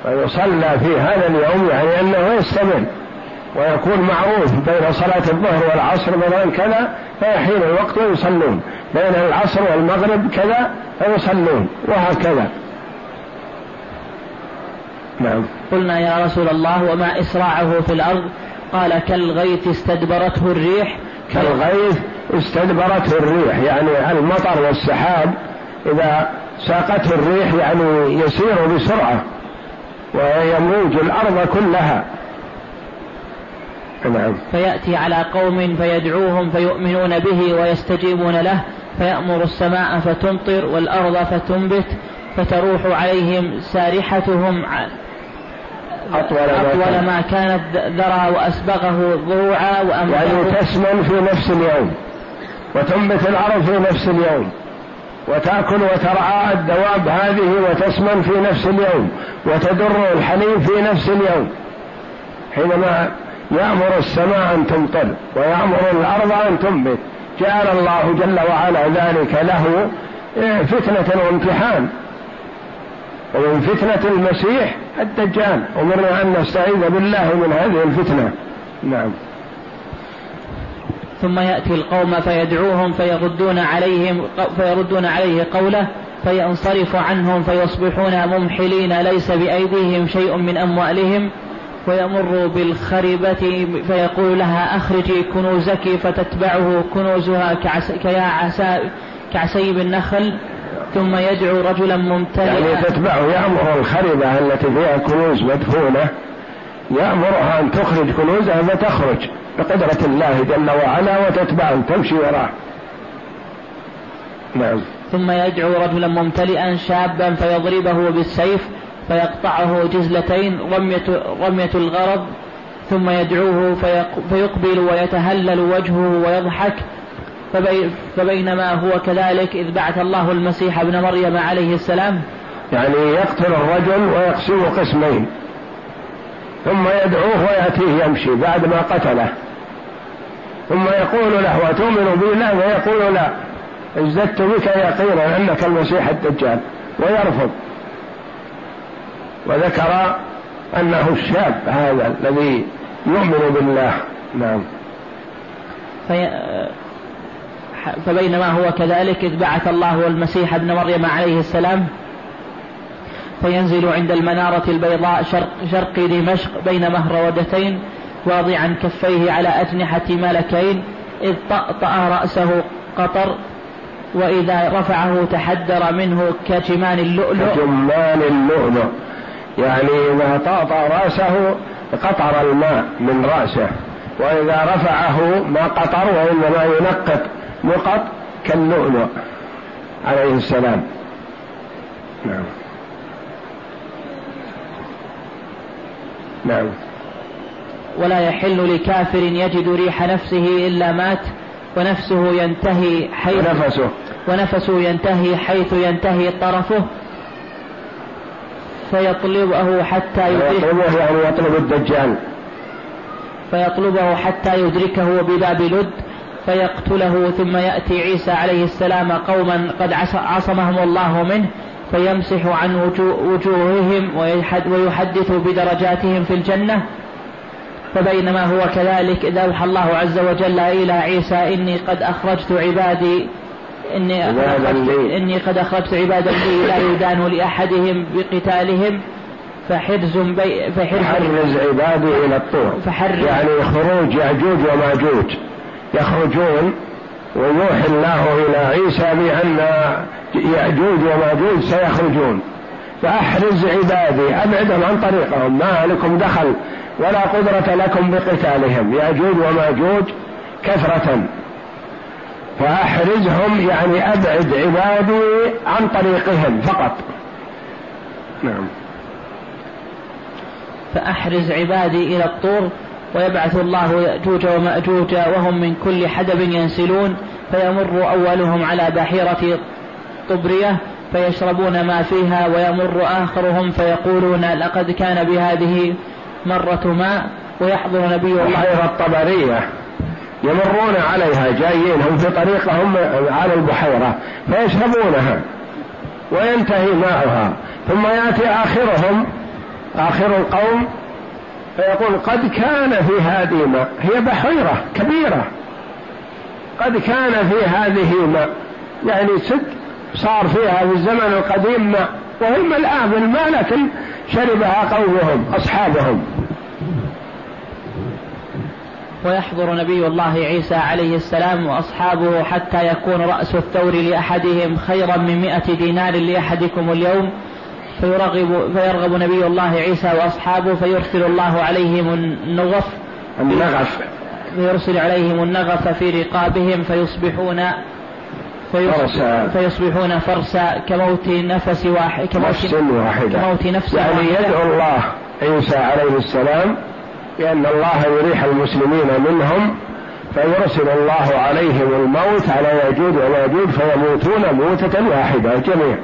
ويصلى في هذا اليوم يعني أنه يستمر ويكون معروف بين صلاة الظهر والعصر مثلا كذا فيحين الوقت ويصلون، بين العصر والمغرب كذا فيصلون، وهكذا. نعم. قلنا يا رسول الله وما إسراعه في الأرض؟ قال كالغيث استدبرته الريح. كالغيث استدبرته الريح يعني المطر والسحاب إذا ساقته الريح يعني يسير بسرعة ويموج الأرض كلها. نعم. فيأتي على قوم فيدعوهم فيؤمنون به ويستجيبون له، فيأمر السماء فتمطر والأرض فتنبت، فتروح عليهم سارحتهم أطول, أطول ما كانت ذرى وأسبغه ضروعا وأمره، يعني تسمن في نفس اليوم وتنبت الأرض في نفس اليوم وتأكل وترعى الدواب هذه وتسمن في نفس اليوم وتدر الحليب في نفس اليوم. حينما يأمر السماء أن تمطر ويأمر الأرض أن تنبت جعل الله جل وعلا ذلك له فتنة وامتحان. ومن فتنة المسيح الدجال، أمرنا أن نستعيذ بالله من هذه الفتنة. نعم. ثم يأتي القوم فيدعوهم فيردون عليهم فيردون عليه قوله فينصرف عنهم فيصبحون ممحلين ليس بأيديهم شيء من أموالهم، ويمر بالخربة فيقول لها أخرجي كنوزك فتتبعه كنوزها كعسيب النخل، ثم يدعو رجلا ممتلئا يعني تتبعه، يأمر الخربة التي فيها كنوز مدفونة يأمرها أن تخرج كنوزها فتخرج بقدرة الله جل وعلا وتتبعه تمشي وراه. نعم. ثم يدعو رجلا ممتلئا شابا فيضربه بالسيف فيقطعه جزلتين رمية, رمية الغرض، ثم يدعوه فيقبل ويتهلل وجهه ويضحك. فبي فبينما هو كذلك إذ بعث الله المسيح ابن مريم عليه السلام، يعني يقتل الرجل ويقسمه قسمين ثم يدعوه ويأتيه يمشي بعد ما قتله، ثم يقول له أتؤمن بي؟ لا. ويقول لا، ازددت بك يقينا أنك المسيح الدجال، ويرفض. وذكر أنه الشاب هذا الذي يؤمن بالله. نعم. في فبينما هو كذلك إذ بعث الله المسيح ابن مريم عليه السلام فينزل عند المنارة البيضاء شرق, شرق دمشق بين مهرودتين واضعا كفيه على أجنحة ملكين، إذ طأطأ رأسه قطر وإذا رفعه تحدر منه كجمان اللؤلؤ. كجمان اللؤلؤ يعني إذا طأطأ رأسه قطر الماء من رأسه، وإذا رفعه ما قطر وإنما ينقط نقط كاللؤلؤ عليه السلام. نعم. نعم. ولا يحل لكافر يجد ريح نفسه إلا مات، ونفسه ينتهي حيث ونفسه, ونفسه ينتهي حيث ينتهي طرفه فيطلبه حتى يدركه، يعني يطلب الدجال فيطلبه حتى يدركه بباب لد فيقتله، ثم يأتي عيسى عليه السلام قوما قد عصمهم الله منه فيمسح عن وجوههم ويحدث بدرجاتهم في الجنة. فبينما هو كذلك إذا أوحى الله عز وجل إلى عيسى إني قد أخرجت عبادي إني, أخرجت إني قد أخرجت عبادا لي لا يدان لأحدهم بقتالهم فحرز, بي فحرز, فحرز عبادي إلى الطور، يعني خروج يأجوج وماجوج يخرجون، ويوحي الله إلى عيسى بأن يأجوج وماجوج سيخرجون، فأحرز عبادي أبعدهم عن طريقهم، ما لكم دخل ولا قدرة لكم بقتالهم، يأجوج وماجوج كثرة، فأحرزهم يعني أبعد عبادي عن طريقهم فقط. نعم. فأحرز عبادي إلى الطور، ويبعث الله يأجوج ومأجوج وهم من كل حدب ينسلون، فيمر أولهم على بحيرة طبرية فيشربون ما فيها، ويمر آخرهم فيقولون لقد كان بهذه مرة ماء، ويحضر نبي الله بحيرة طبرية يمرون عليها جايين هم في طريقهم على البحيرة فيشربونها وينتهي ماؤها، ثم يأتي آخرهم آخر القوم فيقول قد كان في هذه ماء، هي بحيرة كبيرة قد كان في هذه ماء، يعني سد صار فيها في الزمن القديم ماء، وهي ملآن بالماء لكن شربها قومهم أصحابهم. ويحضر نبي الله عيسى عليه السلام وأصحابه حتى يكون رأس الثور لأحدهم خيرا من مئة دينار لأحدكم اليوم، فيرغب, فيرغب نبي الله عيسى وأصحابه فيرسل الله عليهم النغف النغف فيرسل عليهم النغف في رقابهم فيصبحون فرسا فيصبحون فرسا كموت نفس واحد كموت, كموت نفس يعني واحدة. يدعو الله عيسى عليه السلام بأن الله يريح المسلمين منهم، فيرسل الله عليهم الموت على يجوج وماجوج فيموتون موتة واحدة جميع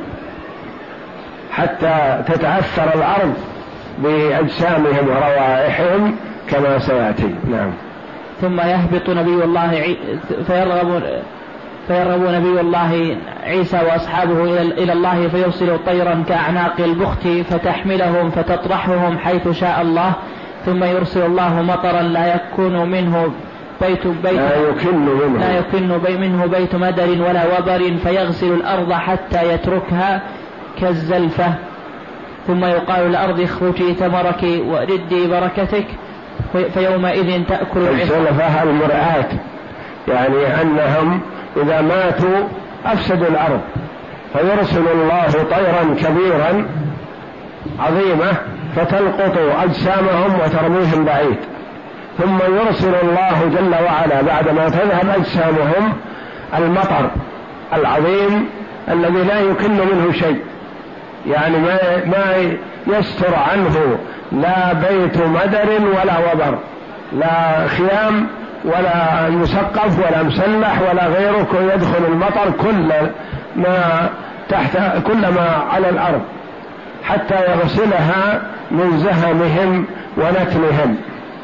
حتى تتأثر الأرض بأجسامهم وروائحهم كما سيأتي. نعم. ثم يهبط نبي الله عي... فيرغب فيرغب نبي الله عيسى وأصحابه إلى الله فيرسل طيرا كأعناق البخت فتحملهم فتطرحهم حيث شاء الله، ثم يرسل الله مطرا لا يكون منه بيت بيت لا يكن منه, لا يكن بي منه بيت مدر ولا وبر فيغسل الأرض حتى يتركها كالزلفة، ثم يقال الأرض اخرجي ثمرك وردي بركتك فيومئذ تأكل الزلفة المرآة، يعني أنهم إذا ماتوا أفسدوا الأرض، فيرسل الله طيرا كبيرا عظيمة فتلقط أجسامهم وترميهم بعيد، ثم يرسل الله جل وعلا بعدما تذهب أجسامهم المطر العظيم الذي لا يكن منه شيء، يعني ما ما يستر عنه لا بيت مدر ولا وبر، لا خيام ولا مسقف ولا مسلح ولا غيره، يدخل المطر كل ما تحت كل ما على الأرض حتى يغسلها من زهمهم ونتنهم،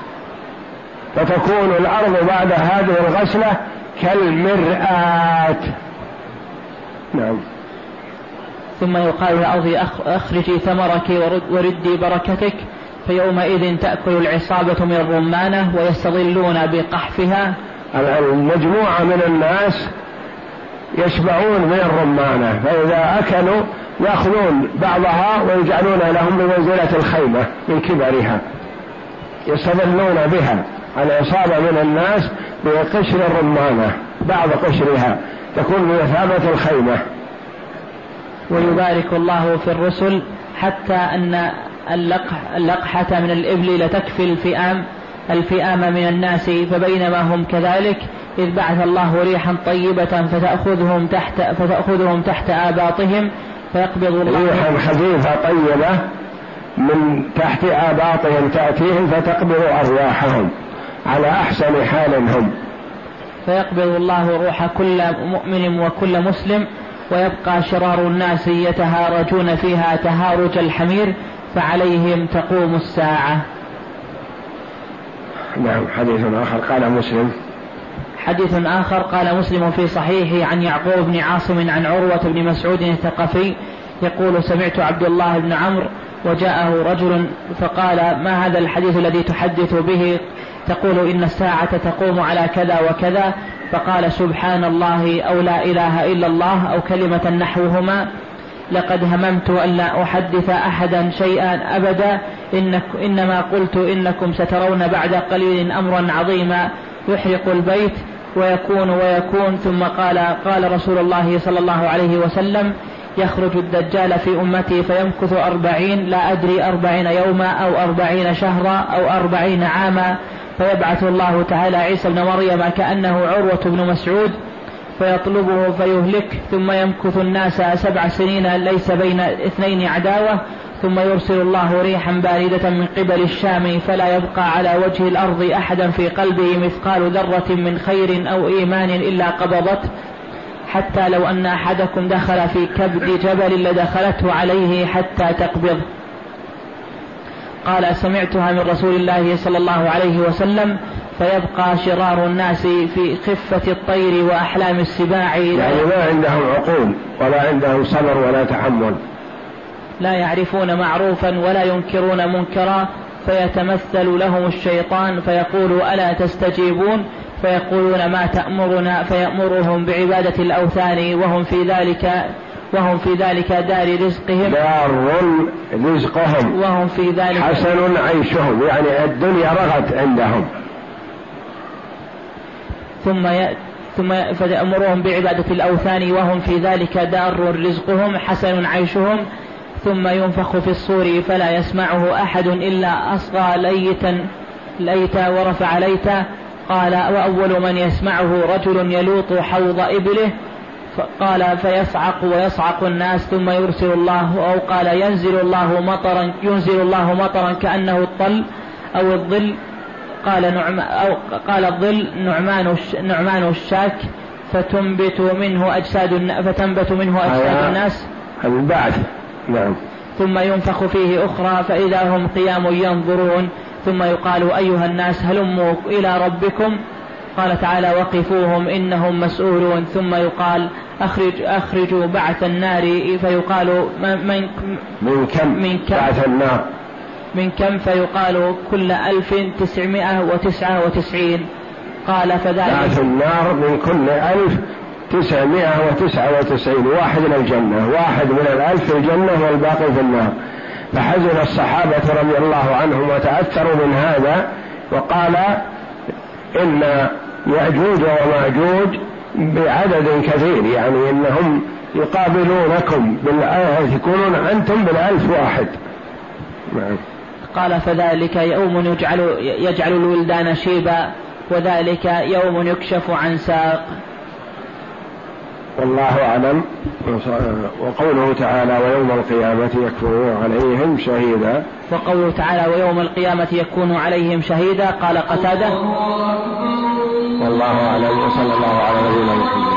فتكون الأرض بعد هذه الغسلة كالمرآة. نعم. ثم يقال الأرض أخرجي ثمرك وردي بركتك فيومئذ تأكل العصابة من الرمانة ويستظلون بقحفها. المجموعة من الناس يشبعون من الرمانة، فإذا أكلوا يأخذون بعضها ويجعلون لهم بمنزلة الخيمة من كبرها، يستظلون بها. العصابة من الناس بقشر الرمانة بعض قشرها تكون بمثابة الخيمة. ويبارك الله في الرسل حتى أن اللقحة من الإبل لتكفي الفئام الفئام من الناس، فبينما هم كذلك إذ بعث الله ريحا طيبة فتأخذهم تحت فتأخذهم تحت آباطهم فيقبض الله ريحا خفيفة طيبة من تحت آباطهم تأتيهم فتقبض أرواحهم على أحسن حال هم، فيقبض الله روح كل مؤمن وكل مسلم، ويبقى شرار الناس يتهارجون فيها تهارج الحمير فعليهم تقوم الساعة. نعم. حديث آخر قال مسلم حديث آخر قال مسلم في صحيحه عن يعقوب بن عاصم عن عروة بن مسعود الثقفي يقول سمعت عبد الله بن عمرو وجاءه رجل فقال ما هذا الحديث الذي تحدث به تقول إن الساعة تقوم على كذا وكذا؟ فقال سبحان الله أو لا إله إلا الله أو كلمة نحوهما، لقد هممت أن لا أحدث أحدا شيئا أبدا، إنك إنما قلت إنكم سترون بعد قليل أمرا عظيما يحرق البيت ويكون ويكون. ثم قال قال رسول الله صلى الله عليه وسلم يخرج الدجال في أمتي فيمكث أربعين لا أدري أربعين يوما أو أربعين شهرا أو أربعين عاما، فيبعث الله تعالى عيسى بن مريم كأنه عروة بن مسعود فيطلبه فيهلك، ثم يمكث الناس سبع سنين ليس بين اثنين عداوة، ثم يرسل الله ريحا باردة من قبل الشام فلا يبقى على وجه الأرض أحدا في قلبه مثقال ذرة من خير أو إيمان إلا قبضته، حتى لو أن أحدكم دخل في كبد جبل لدخلته عليه حتى تقبض. قال سمعتها من رسول الله صلى الله عليه وسلم فيبقى شرار الناس في خفة الطير وأحلام السباع، يعني ما عندهم عقول ولا عندهم صبر ولا تحمل، لا يعرفون معروفا ولا ينكرون منكرا، فيتمثل لهم الشيطان فيقول ألا تستجيبون، فيقولون ما تأمرنا، فيأمرهم بعبادة الأوثان وهم في ذلك وهم في ذلك دار رزقهم دار رزقهم وهم في ذلك حسن عيشهم، يعني الدنيا رغت عندهم. ثم ي... ثم فيأمرهم بعبادة الأوثان وهم في ذلك دار رزقهم حسن عيشهم. ثم ينفخ في الصور فلا يسمعه أحد إلا أصغى ليتا ليتا ورفع ليتا. قال وأول من يسمعه رجل يلوط حوض إبله، قال فيصعق ويصعق الناس ثم يرسل الله، أو قال ينزل الله مطرا ينزل الله مطرا كأنه الطل أو الظل. قال نعم أو قال الظل نعمان نعمان الشاك فتنبت منه أجساد فتنبت منه أجساد الناس البعث. نعم. ثم ينفخ فيه أخرى فإذا هم قيام ينظرون. ثم يقال أيها الناس هلموا إلى ربكم. قال تعالى وقفوهم إنهم مسؤولون. ثم يقال أخرج أخرجوا بعث النار، فيقال من, من كم من كم بعث النار من كم فيقال كل ألف تسعمائة وتسعة وتسعين. قال فذلك بعث النار من كل ألف تسعمائة وتسعة وتسعين، واحد من الجنة، واحد من الألف في الجنة والباقي في النار. فحزن الصحابة رضي الله عنهم وتأثروا من هذا، وقال إن يأجوج ومأجوج بعدد كثير، يعني إنهم يقابلونكم بالآية، يكونون أنتم بالألف واحد. قال فذلك يوم يجعل, يجعل الولدان شيبا، وذلك يوم يكشف عن ساق. والله أعلم. وقوله تعالى ويوم القيامة يكون عليهم شهيدا. وقوله تعالى ويوم القيامة يكون عليهم شهيدا. قال قتادة والله أعلم. وصلى الله على نبينا محمد.